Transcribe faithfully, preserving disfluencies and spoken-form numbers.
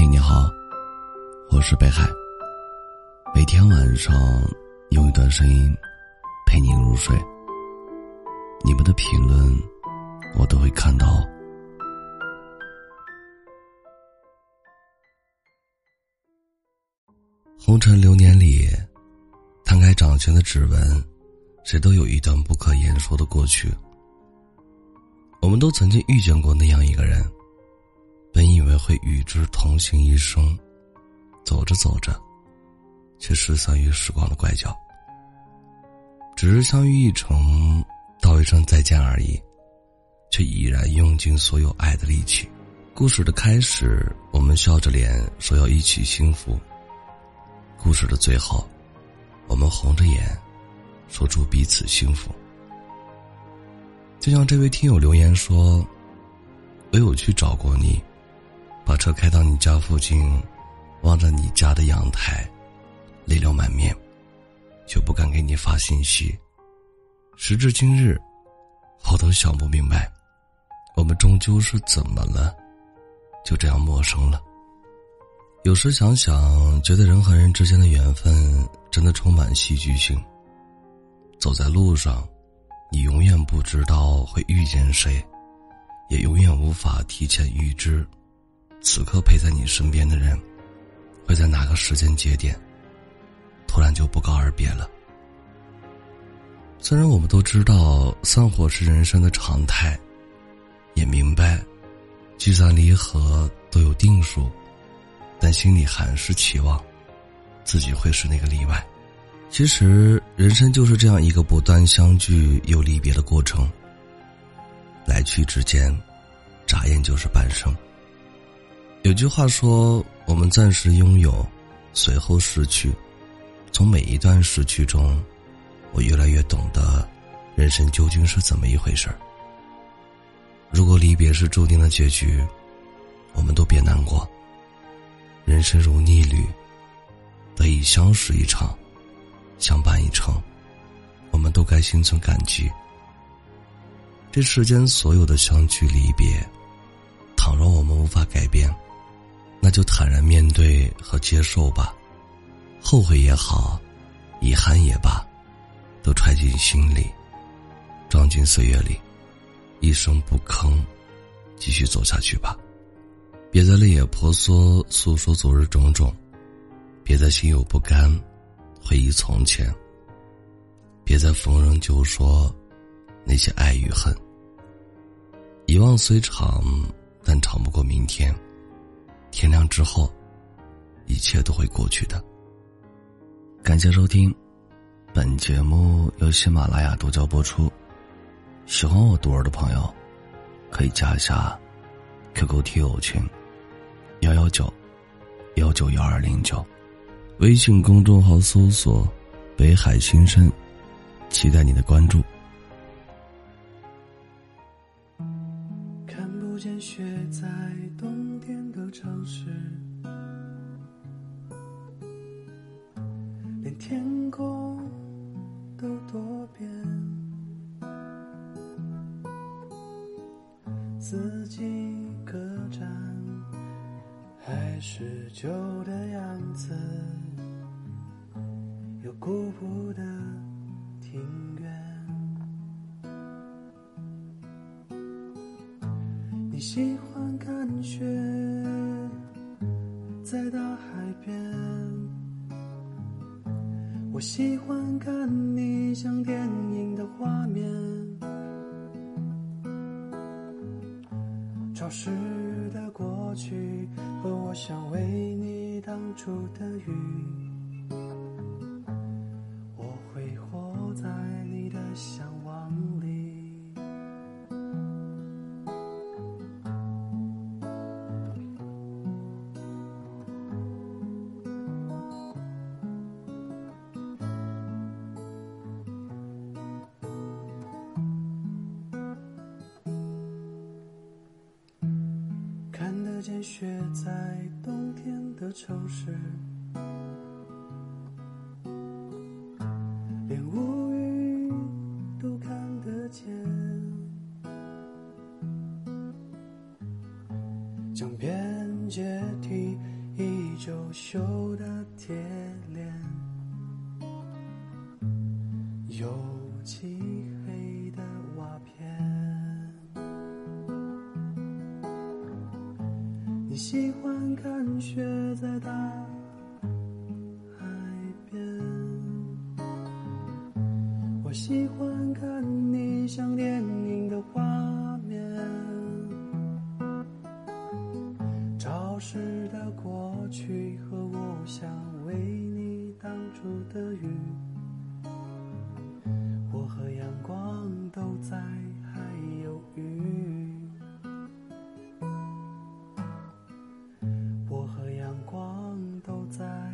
嘿，你好，我是北海。每天晚上用一段声音陪你入睡，你们的评论我都会看到。红尘流年里，摊开掌心的指纹，谁都有一段不可言说的过去。我们都曾经遇见过那样一个人，本以为会与之同行一生，走着走着却失散于时光的拐角。只是相遇一程，道一声再见而已，却已然用尽所有爱的力气。故事的开始，我们笑着脸说要一起幸福，故事的最后，我们红着眼说祝彼此幸福。就像这位听友留言说，我有去找过你，把车开到你家附近，望着你家的阳台，泪流满面，却不敢给你发信息。时至今日，我都想不明白，我们终究是怎么了，就这样陌生了。有时想想，觉得人和人之间的缘分真的充满戏剧性。走在路上，你永远不知道会遇见谁，也永远无法提前预知此刻陪在你身边的人会在哪个时间节点突然就不告而别了。虽然我们都知道散伙是人生的常态，也明白聚散离合都有定数，但心里还是期望自己会是那个例外。其实人生就是这样一个不断相聚又离别的过程，来去之间，眨眼就是半生。有句话说，我们暂时拥有，随后失去。从每一段失去中，我越来越懂得人生究竟是怎么一回事儿。如果离别是注定的结局，我们都别难过。人生如逆旅，得以相识一场，相伴一程，我们都该心存感激。这世间所有的相聚离别，倘若我们无法改变，那就坦然面对和接受吧。后悔也好，遗憾也罢，都揣进心里，装进岁月里，一声不吭，继续走下去吧。别再泪眼婆娑诉说昨日种种，别再心有不甘回忆从前，别再逢人就说那些爱与恨。遗忘虽长，但长不过明天，天亮之后一切都会过去的。感谢收听，本节目由喜马拉雅独家播出。喜欢我独儿的朋友可以加一下 Q Q 听友群幺幺九幺九幺二零九，微信公众号搜索北海新生，期待你的关注。 看不见雪在冬天的城市，连天空都多变，四季各站还是旧的样子，有古朴的庭院。你喜欢看雪在大海边，我喜欢看你像电影的画面，潮湿的过去和我想为你当初的雨，我会活在你的向往里。看得见雪在冬天的城市，连乌云都看得见，将边界体依旧锈的铁链，有漆黑的瓦片。你喜欢看雪在大海边，我喜欢看你像电影的画面，潮湿的过去和我想为你挡住的雨，我和阳光都在，还有雨，我和阳光都在。